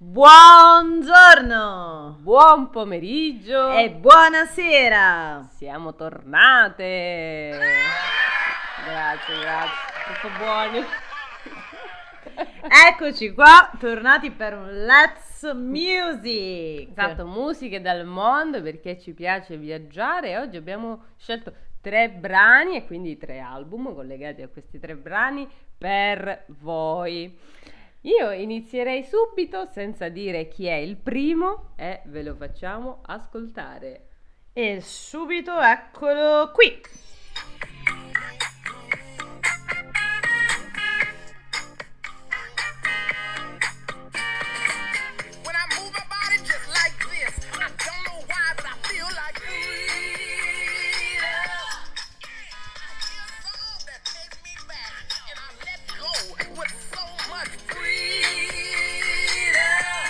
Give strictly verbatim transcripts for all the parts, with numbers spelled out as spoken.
Buongiorno, Buon pomeriggio e buonasera. siamo tornate. Grazie, grazie, troppo buoni. Eccoci qua, tornati per un Let's Music. Esatto, musiche dal mondo perché ci piace viaggiare e oggi abbiamo scelto tre brani e quindi tre album collegati a questi tre brani per voi. Io inizierei subito senza dire chi è il primo e ve lo facciamo ascoltare. E subito eccolo qui. When I move my body just like this, I don't know why, but I feel like freedom. I hear a song that takes me back, and I let go with so much freedom.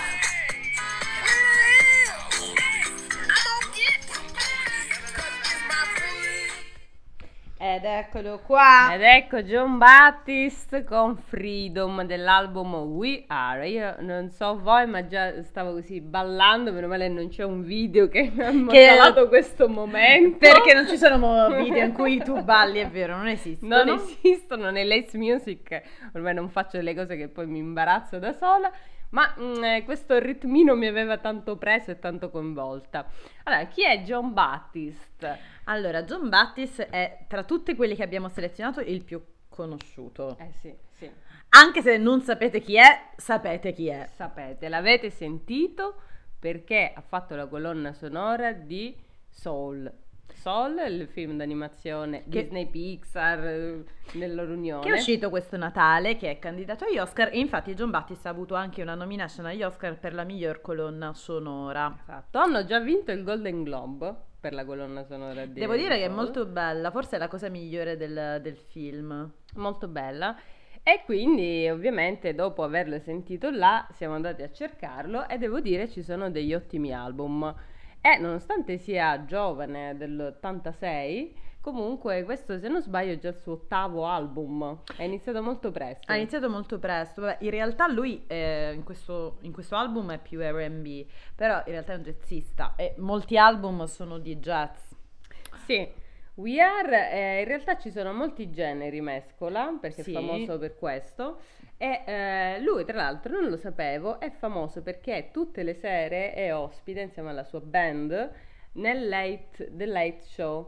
Freedom. I'm gonna get, 'cause it's my freedom. Ed eccolo qua. Ed ecco John Baptiste con Freedom dell'album We Are. Io non so voi, ma già stavo così ballando, meno male non c'è un video che mi ha immortalato questo momento. Perché non ci sono mo- video in cui tu balli, è vero, non esistono. non esistono nei Let's Music, ormai non faccio delle cose che poi mi imbarazzo da sola, ma mm, eh, questo ritmino mi aveva tanto preso e tanto coinvolta. Allora, chi è John Baptiste? Allora, John Baptiste è tra tutti quelli che abbiamo selezionato il più conosciuto. Eh sì, sì. Anche se non sapete chi è, sapete chi è. Sapete, l'avete sentito perché ha fatto la colonna sonora di Soul. Soul è il film d'animazione Che- Disney Pixar eh, nella loro unione. Che è uscito questo Natale, che è candidato agli Oscar, e infatti John Baptiste ha avuto anche una nomination agli Oscar per la miglior colonna sonora. Esatto, hanno già vinto il Golden Globe per la colonna sonora di Devo dire che è Soul. molto bella, forse è la cosa migliore del, del film. Molto bella. E quindi ovviamente dopo averlo sentito là siamo andati a cercarlo e devo dire ci sono degli ottimi album. E nonostante sia giovane, dell'ottantasei, comunque questo se non sbaglio è già il suo ottavo album. È iniziato molto presto. Ha iniziato molto presto, vabbè, in realtà lui eh, in, questo, in questo album è più R and B, però in realtà è un jazzista e molti album sono di jazz. Sì, We Are, eh, in realtà ci sono molti generi mescola, perché Sì. è famoso per questo, e eh, lui tra l'altro, non lo sapevo, è famoso perché tutte le sere è ospite insieme alla sua band nel Late, The Late Show.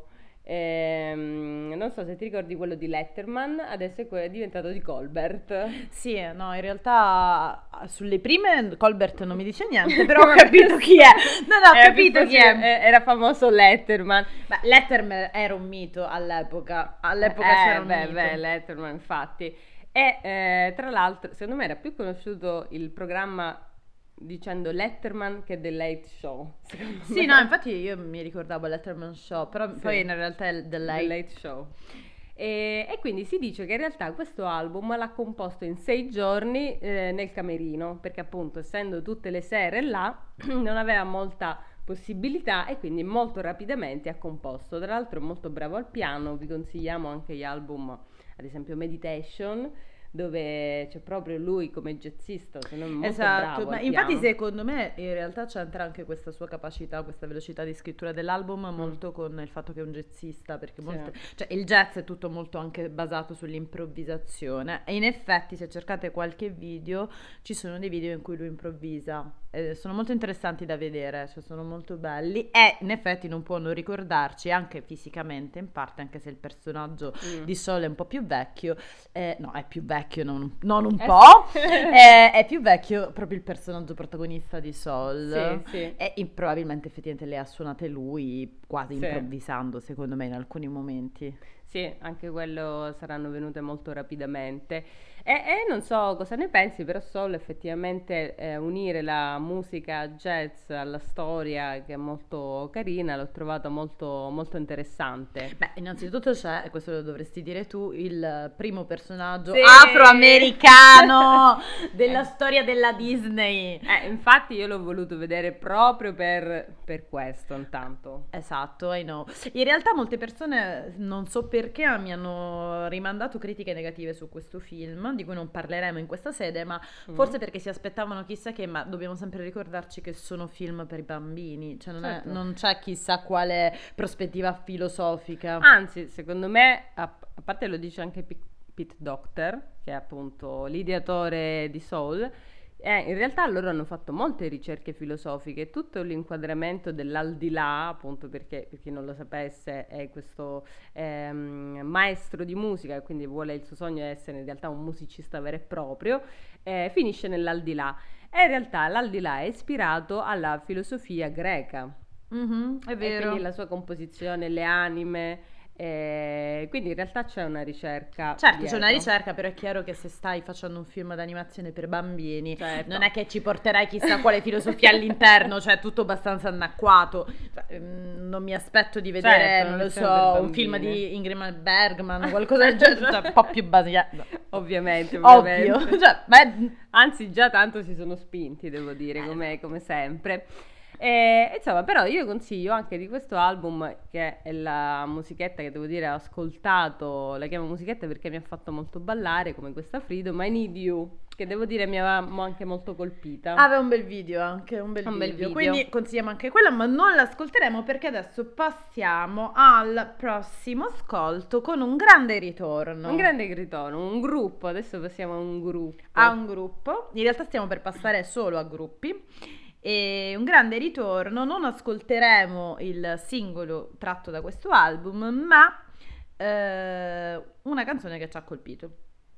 Ehm, non so se ti ricordi quello di Letterman, adesso è, que- è diventato di Colbert. Sì, no, in realtà sulle prime Colbert non mi dice niente, però ho capito chi è. No, no, ho Era capito più chi è. facile- eh, Era famoso Letterman. Beh, Letterman era un mito all'epoca, all'epoca Eh, c'era un beh, mito. beh, Letterman infatti. E eh, tra l'altro, secondo me era più conosciuto il programma dicendo Letterman che The Late Show. secondo Sì, me. no, infatti io mi ricordavo Letterman Show, però Sì. poi in realtà è The The Late. Late Show. E, e quindi si dice che in realtà questo album l'ha composto in sei giorni eh, nel camerino, perché appunto essendo tutte le sere là non aveva molta possibilità e quindi molto rapidamente ha composto. Tra l'altro è molto bravo al piano, vi consigliamo anche gli album, ad esempio Meditation, dove c'è proprio lui come jazzista, se non molto Esatto, bravo ma al infatti piano. secondo me in realtà c'entra anche questa sua capacità, questa velocità di scrittura dell'album molto con il fatto che è un jazzista, perché Sì. molte- cioè, il jazz è tutto molto anche basato sull'improvvisazione e in effetti se cercate qualche video ci sono dei video in cui lui improvvisa. Eh, sono molto interessanti da vedere, cioè sono molto belli e in effetti non può non ricordarci anche fisicamente in parte, anche se il personaggio Mm. di Sol è un po' più vecchio, eh, no è più vecchio, non, non un Eh po', sì. eh, è più vecchio proprio il personaggio protagonista di Sol. Sì, sì. E in- probabilmente effettivamente le ha suonate lui quasi Sì. improvvisando secondo me in alcuni momenti. Sì, anche quello saranno venute molto rapidamente. E, e non so cosa ne pensi, però Soul effettivamente eh, unire la musica jazz alla storia, che è molto carina, l'ho trovato molto, molto interessante. Beh, innanzitutto c'è, e questo lo dovresti dire tu, il primo personaggio Sì. afroamericano della storia della Disney. Eh, infatti io l'ho voluto vedere proprio per, per questo, intanto. Esatto, I know. In realtà molte persone, non so perché, mi hanno rimandato critiche negative su questo film, di cui non parleremo in questa sede, ma Mm. forse perché si aspettavano chissà che, ma dobbiamo sempre ricordarci che sono film per i bambini, cioè non, è- Certo. non c'è chissà quale prospettiva filosofica. Anzi, secondo me, a, a parte lo dice anche Pi- Pete Docter, che è appunto l'ideatore di Soul, eh, in realtà loro hanno fatto molte ricerche filosofiche, tutto l'inquadramento dell'aldilà, appunto perché, per chi non lo sapesse, è questo ehm, maestro di musica, e quindi vuole il suo sogno è essere in realtà un musicista vero e proprio, eh, finisce nell'aldilà. E in realtà l'aldilà è ispirato alla filosofia greca. Mhm, è E vero. quindi la sua composizione, le anime, eh, quindi in realtà c'è una ricerca Certo, c'è una dietro. ricerca, però è chiaro che se stai facendo un film d'animazione per bambini, Certo. non è che ci porterai chissà quale filosofia all'interno, cioè tutto abbastanza anacquato. Cioè, ehm, non mi aspetto di vedere, Certo, non non lo è sempre so, un bambini. film di Ingrid Bergman o qualcosa del genere, cioè un po' più basico. Ovviamente, Ovvio, ovviamente. cioè, beh, Anzi, già tanto si sono spinti, devo dire, come, come sempre. E, insomma, però io consiglio anche di questo album, che è la musichetta che devo dire ho ascoltato, la chiamo musichetta perché mi ha fatto molto ballare, come questa Freedom, I Need You, che devo dire mi aveva mo- anche molto colpita. aveva un bel video anche, un bel, Un bel video. video. Quindi consigliamo anche quella, ma non l'ascolteremo perché adesso passiamo al prossimo ascolto con un grande ritorno. Un grande ritorno, un gruppo, adesso passiamo a un gruppo. A un gruppo, in realtà stiamo per passare solo a gruppi. E un grande ritorno, non ascolteremo il singolo tratto da questo album, ma eh, una canzone che ci ha colpito.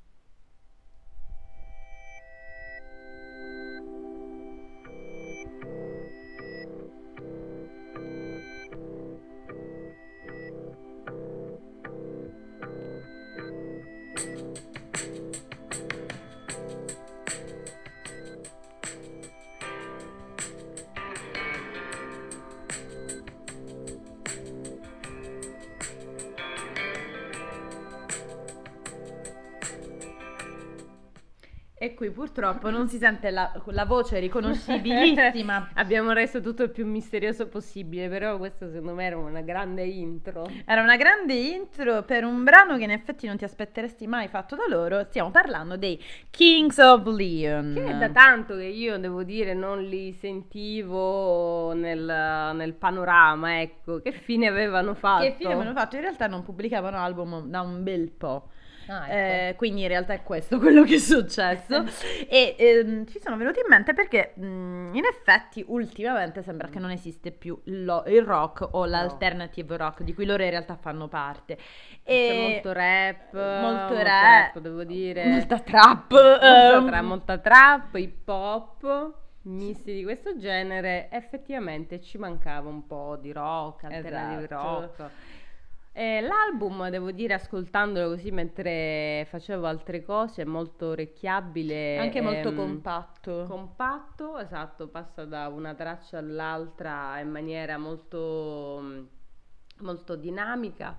E qui purtroppo non si sente la, la voce riconoscibilissima. Abbiamo reso tutto il più misterioso possibile, però questo secondo me era una grande intro. Era una grande intro per un brano che in effetti non ti aspetteresti mai fatto da loro. Stiamo parlando dei Kings of Leon. Che è da tanto che io devo dire non li sentivo nel, nel panorama, ecco. Che fine avevano fatto? Che fine avevano fatto? In realtà non pubblicavano album da un bel po'. Ah, ecco. Eh, quindi in realtà è questo quello che è successo e ehm, ci sono venuti in mente perché mh, in effetti ultimamente sembra che non esiste più lo- il rock o l'alternative rock di cui loro in realtà fanno parte. C'è E molto rap, molto molto rap, rap, devo dire. molta trap, Molta, ehm, tra, molta trap, hip hop, misti di questo genere. Effettivamente ci mancava un po' di rock, alternative Esatto. rock. Eh, l'album, devo dire, ascoltandolo così mentre facevo altre cose, è molto orecchiabile. anche molto ehm, compatto. compatto, esatto, passa da una traccia all'altra in maniera molto, molto dinamica.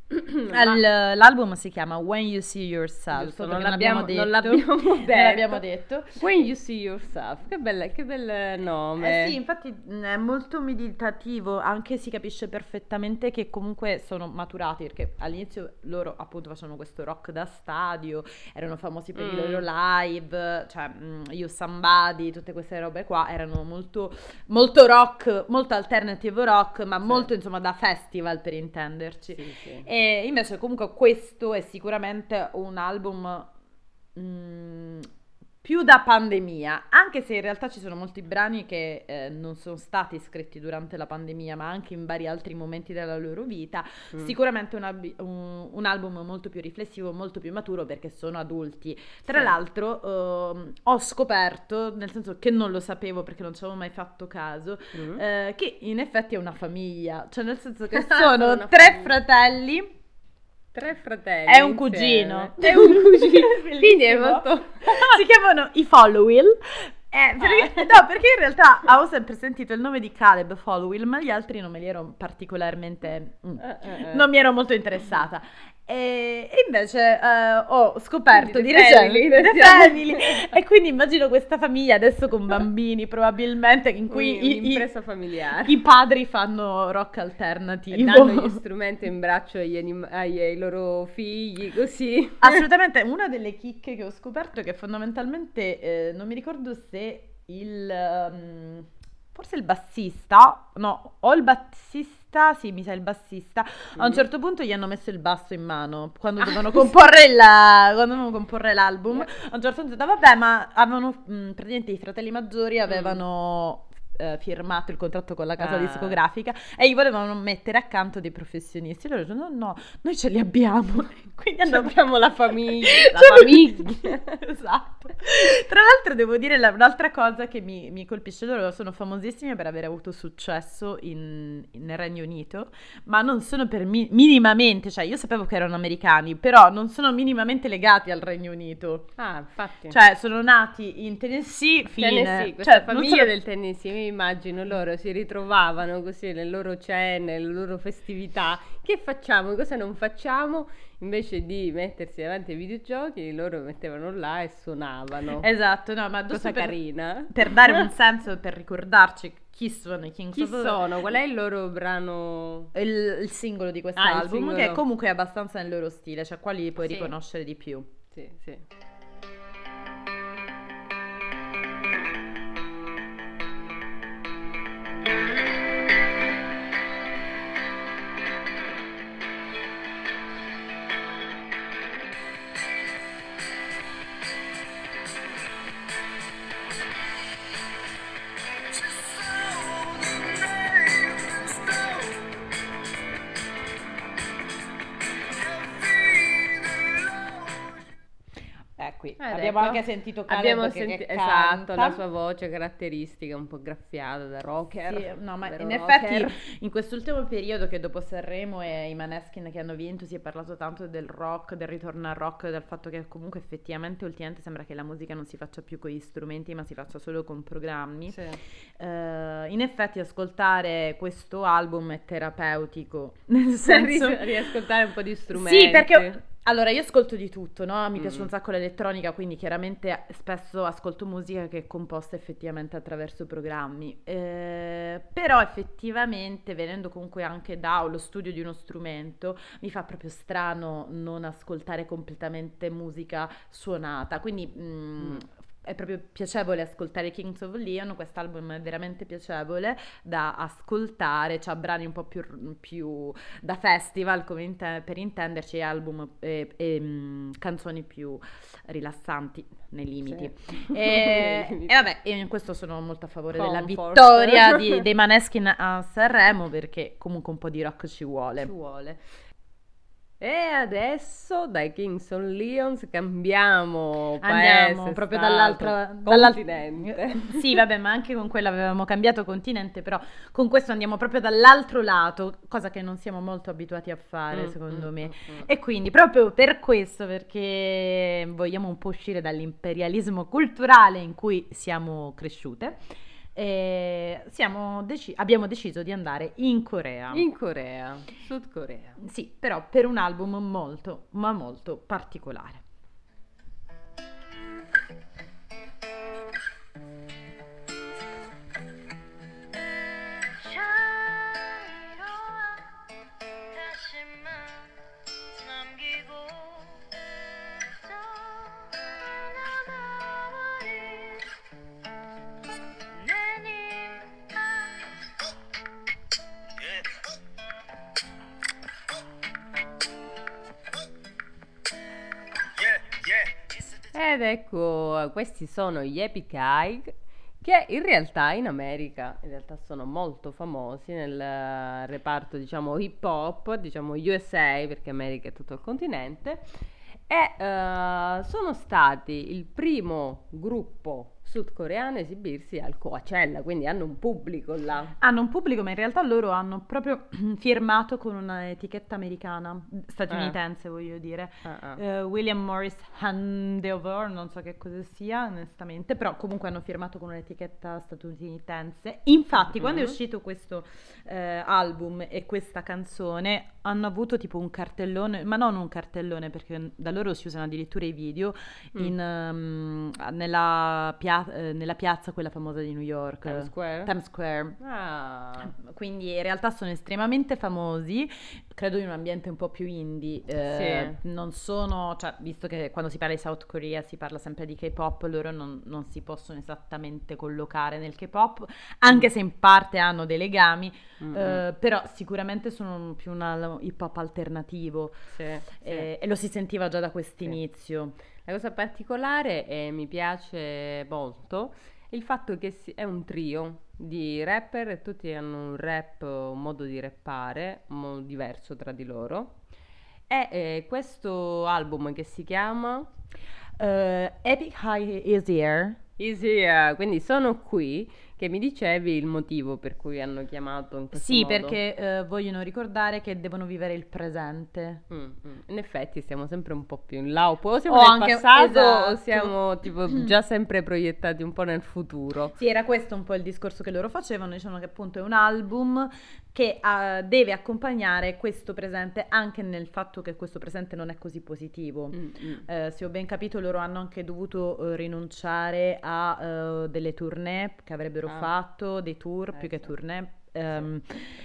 Al- l'album si chiama When You See Yourself, Giusto, perché non l'abbiamo, detto, non l'abbiamo detto. non l'abbiamo detto. When You See Yourself, che, bella, che bel nome. Eh sì, infatti mh, è molto meditativo, anche si capisce perfettamente che comunque sono maturati, perché all'inizio loro appunto facevano questo rock da stadio, erano famosi per Mm. i loro live, cioè mh, You Somebody, tutte queste robe qua erano molto, molto rock, molto alternative rock, ma Sì. molto insomma da festival per intenderci. Sì, sì. E invece comunque questo è sicuramente un album mm, più da pandemia, anche se in realtà ci sono molti brani che eh, non sono stati scritti durante la pandemia, ma anche in vari altri momenti della loro vita. Mm. Sicuramente un, albi- un- un album molto più riflessivo, molto più maturo perché sono adulti. Tra Sì. l'altro ehm, ho scoperto, nel senso che non lo sapevo perché non ci avevo mai fatto caso, Mm. eh, che in effetti è una famiglia, cioè nel senso che Sono sono una tre famiglia. fratelli. Tre fratelli. È un insieme. cugino. È un cugino. Quindi è Bellissimo. molto. Si chiamano i Followill. Eh, perché, no, perché in realtà avevo sempre sentito il nome di Caleb Followill, ma gli altri non me li ero particolarmente. mm, Eh, eh, eh. Non mi ero molto interessata. E, e invece eh, ho scoperto Quindi di The recente Family, The diciamo. Family, e quindi immagino questa famiglia adesso con bambini probabilmente in cui Un- i, i- un'impresa familiare. i padri fanno rock E alternativo. danno gli strumenti in braccio agli anim- ai, ai loro figli, così. Assolutamente, una delle chicche che ho scoperto è che fondamentalmente eh, non mi ricordo se il ehm, forse il bassista, no, o il bassista, sì, mi sa il bassista, a un Mm. certo punto gli hanno messo il basso in mano quando Ah, dovevano sì. comporre la, quando dovevano comporre l'album. A un certo punto, vabbè, ma avevano mh, praticamente i fratelli maggiori avevano eh, firmato il contratto con la casa Ah. discografica e gli volevano mettere accanto dei professionisti. Loro dicono: no, no, noi ce li abbiamo. Quindi Ci hanno abbiamo la famiglia, la Cioè, famiglia. Esatto. Tra l'altro devo dire la- un'altra cosa che mi, mi colpisce: loro sono famosissimi per aver avuto successo in- in- nel Regno Unito, ma non sono per mi- minimamente, cioè io sapevo che erano americani, però non sono minimamente legati al Regno Unito. Ah, infatti. Cioè sono nati in Tennessee, fine. Tennessee, questa Cioè, non famiglia sono- del Tennessee, mi immagino loro si ritrovavano così nelle loro cene, nelle loro festività. Che facciamo? Cosa non facciamo? Invece di mettersi davanti ai videogiochi, loro mettevano là e suonavano. Esatto, no, ma Cosa giusto per, carina. per dare un senso, per ricordarci chi sono i Kings Chi of sono? Qual è il loro brano? il, il singolo di Ah, il quest'album, singolo. che comunque è abbastanza nel loro stile, cioè quali puoi Sì. riconoscere di più. Sì, sì. Eh, qui Ed abbiamo ecco, anche sentito Caleb abbiamo che, senti- che esatto, canta. la sua voce caratteristica, un po' graffiata da rocker. Sì, no, ma vero in rocker. effetti in quest'ultimo periodo che dopo Sanremo e i Maneskin che hanno vinto si è parlato tanto del rock, del ritorno al rock, del fatto che comunque effettivamente ultimamente sembra che la musica non si faccia più con gli strumenti ma si faccia solo con programmi. Sì. Eh, in effetti ascoltare questo album è terapeutico, nel senso... Ri- riascoltare un po' di strumenti. Sì, perché allora io ascolto di tutto, no? Mi piace Mm. un sacco l'elettronica, quindi chiaramente spesso ascolto musica che è composta effettivamente attraverso programmi. Eh, però effettivamente, venendo comunque anche dallo studio di uno strumento, mi fa proprio strano non ascoltare completamente musica suonata. Quindi mm, Mm. è proprio piacevole ascoltare Kings of Leon, quest'album è veramente piacevole da ascoltare, c'ha brani un po' più, più da festival, come inte- per intenderci, e album e, e, mm, canzoni più rilassanti nei limiti. Sì. E, Nei limiti. e vabbè, io in questo sono molto a favore della Comfort. vittoria di- dei Maneskin a Sanremo, perché comunque un po' di rock ci vuole. Ci vuole. E adesso dai Kings of Leons cambiamo paese, Andiamo proprio stato, dall'altra dall'al- continente. Sì, vabbè, ma anche con quella avevamo cambiato continente, però con questo andiamo proprio dall'altro lato, cosa che non siamo molto abituati a fare, Mm, secondo mm, me. mm, mm. E quindi proprio per questo, perché vogliamo un po' uscire dall'imperialismo culturale in cui siamo cresciute, eh, siamo deci- abbiamo deciso di andare in Corea. In Corea, Sud Corea. Sì, però per un album molto, ma molto particolare. Ed ecco, questi sono gli Epic Eye, che in realtà in America in realtà sono molto famosi nel eh, reparto, diciamo, hip hop, diciamo U S A, perché America è tutto il continente, e eh, sono stati il primo gruppo sudcoreano esibirsi al Coachella, quindi hanno un pubblico là. Hanno un pubblico, ma in realtà loro hanno proprio firmato con un'etichetta americana, statunitense voglio dire. Ah, ah. Eh, William Morris Handover, non so che cosa sia onestamente, però comunque hanno firmato con un'etichetta statunitense. Infatti quando è Mhm. uscito questo eh, album e questa canzone hanno avuto tipo un cartellone, ma non un cartellone perché da loro si usano addirittura i video Mm. in, ehm, nella, pia- eh, nella piazza quella famosa di New York, Times Square? Times Square. Ah, Quindi in realtà sono estremamente famosi, credo in un ambiente un po' più indie, eh, Sì. non sono, cioè visto che quando si parla di South Korea si parla sempre di K-pop, loro non, non si possono esattamente collocare nel K-pop, anche se in parte hanno dei legami, Mm, eh, però sicuramente sono più una hip hop alternativo, sì, sì. eh, e lo si sentiva già da quest'inizio. La cosa particolare e mi piace molto è il fatto che si- è un trio di rapper e tutti hanno un rap, un modo di rappare mo- diverso tra di loro. E eh, questo album che si chiama Eh, Epic High is Here. Easy, eh, quindi sono qui, che mi dicevi il motivo per cui hanno chiamato in questo Sì, modo. perché eh, vogliono ricordare che devono vivere il presente. Mm, mm. In effetti siamo sempre un po' più in là, o siamo O nel anche- passato o esatto. siamo tipo già sempre proiettati un po' nel futuro. Sì, era questo un po' il discorso che loro facevano, dicevano che appunto è un album che eh, deve accompagnare questo presente anche nel fatto che questo presente non è così positivo. Mm, mm. Eh, se ho ben capito, loro hanno anche dovuto eh, rinunciare a eh, delle tournée che avrebbero Ah. fatto, dei tour Eh, più che sì. tournée. ehm,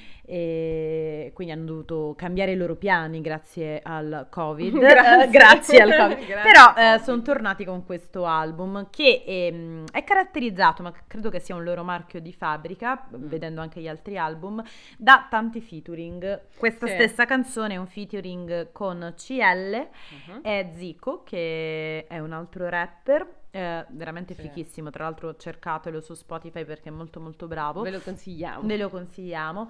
E quindi hanno dovuto cambiare i loro piani grazie al Covid. Grazie. eh, grazie al Covid. Grazie Però al Covid. sono tornati con questo album che ehm, è caratterizzato, ma credo che sia un loro marchio di fabbrica, Mm. vedendo anche gli altri album, da tanti featuring. Questa Sì. stessa canzone è un featuring con C L Mhm. e Zico, che è un altro rapper, eh, veramente Sì. fichissimo. Tra l'altro cercatelo su Spotify perché è molto molto bravo. Ve lo consigliamo. Ve lo consigliamo.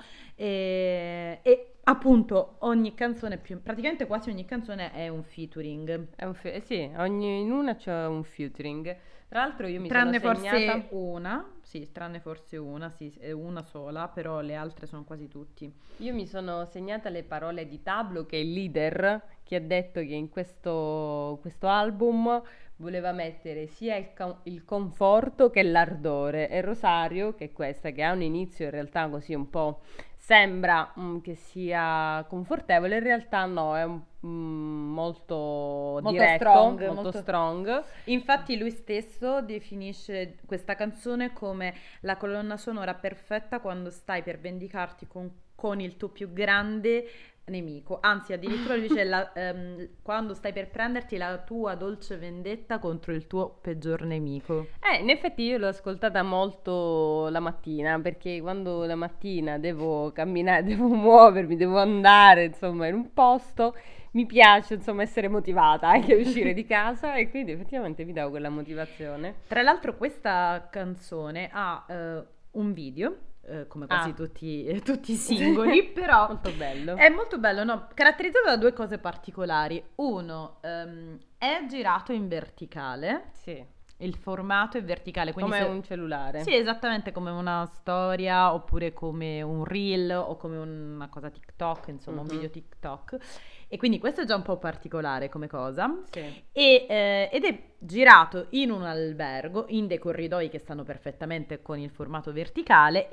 E, e appunto ogni canzone, più, praticamente quasi ogni canzone è un featuring. È un fe- eh sì, ogni, in una c'è un featuring. Tra l'altro io mi Tranne sono forse segnata... una, sì, tranne forse una, sì, è una sola, però le altre sono quasi tutti. Io mi sono segnata le parole di Tablo, che è il leader, che ha detto che in questo, questo album voleva mettere sia il, co- il conforto che l'ardore. E Rosario, che è questa, che ha un inizio in realtà così un po'... Sembra mm, che sia confortevole, in realtà no, è un- mm, molto, Molto diretto, strong, molto, molto- strong. Infatti lui stesso definisce questa canzone come la colonna sonora perfetta quando stai per vendicarti con, con il tuo più grande nemico. Anzi, addirittura lui dice la- ehm, quando stai per prenderti la tua dolce vendetta contro il tuo peggior nemico. Eh, in effetti io l'ho ascoltata molto la mattina, perché quando la mattina devo camminare, devo muovermi, devo andare, insomma, in un posto, mi piace, insomma, essere motivata anche a uscire di casa e quindi effettivamente mi davo quella motivazione. Tra l'altro questa canzone ha eh, un video, eh, come quasi Ah. tutti, eh, tutti i singoli, però Molto bello. è molto bello, no? Caratterizzato da due cose particolari. Uno, ehm, è girato in verticale, Sì, il formato è verticale, quindi come se- un cellulare. Sì, esattamente come una storia oppure come un reel o come una cosa TikTok, insomma, un Mhm. video TikTok. E quindi questo è già un po' particolare come cosa. Sì. E, eh, ed è girato in un albergo, in dei corridoi che stanno perfettamente con il formato verticale.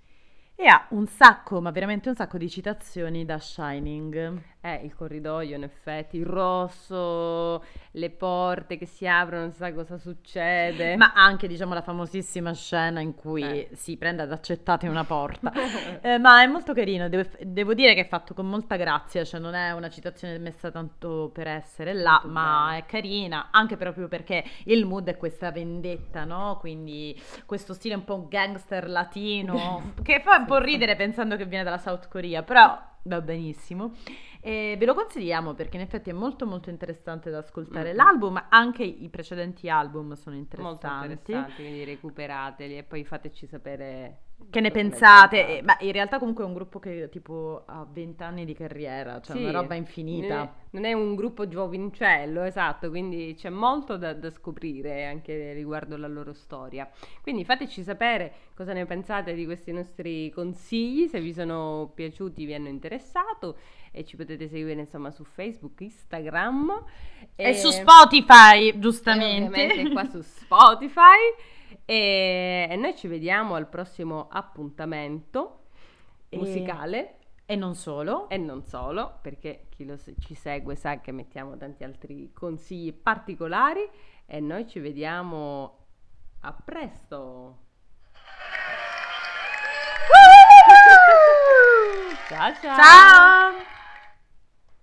E ha un sacco, ma veramente un sacco di citazioni da Shining. Eh, il corridoio, in effetti, il rosso, le porte che si aprono, non si sa cosa succede. Ma anche, diciamo, la famosissima scena in cui Eh. si prende ad accettate una porta. Eh, ma è molto carino, devo, devo dire che è fatto con molta grazia, cioè non è una citazione messa tanto per essere là, Molto ma bene. è carina, anche proprio perché il mood è questa vendetta, no? Quindi questo stile un po' gangster latino, che fa un po' ridere pensando che viene dalla South Korea, però va benissimo. E ve lo consigliamo perché in effetti è molto molto interessante da ascoltare Mm. l'album, anche i precedenti album sono Molto interessanti. interessanti, quindi recuperateli e poi fateci sapere Che ne cosa pensate? pensate. Eh, ma in realtà comunque è un gruppo che tipo ha venti anni di carriera, cioè Sì, una roba non è, infinita. non è un gruppo giovincello, esatto, quindi c'è molto da, da scoprire anche riguardo la loro storia. Quindi fateci sapere cosa ne pensate di questi nostri consigli, se vi sono piaciuti, vi hanno interessato e ci potete seguire insomma su Facebook, Instagram E su Spotify, e giustamente. ovviamente qua su Spotify. E, e noi ci vediamo al prossimo appuntamento E- musicale. E non solo. E non solo, perché chi lo se- ci segue sa che mettiamo tanti altri consigli particolari e noi ci vediamo a presto. Ciao ciao. Ciao!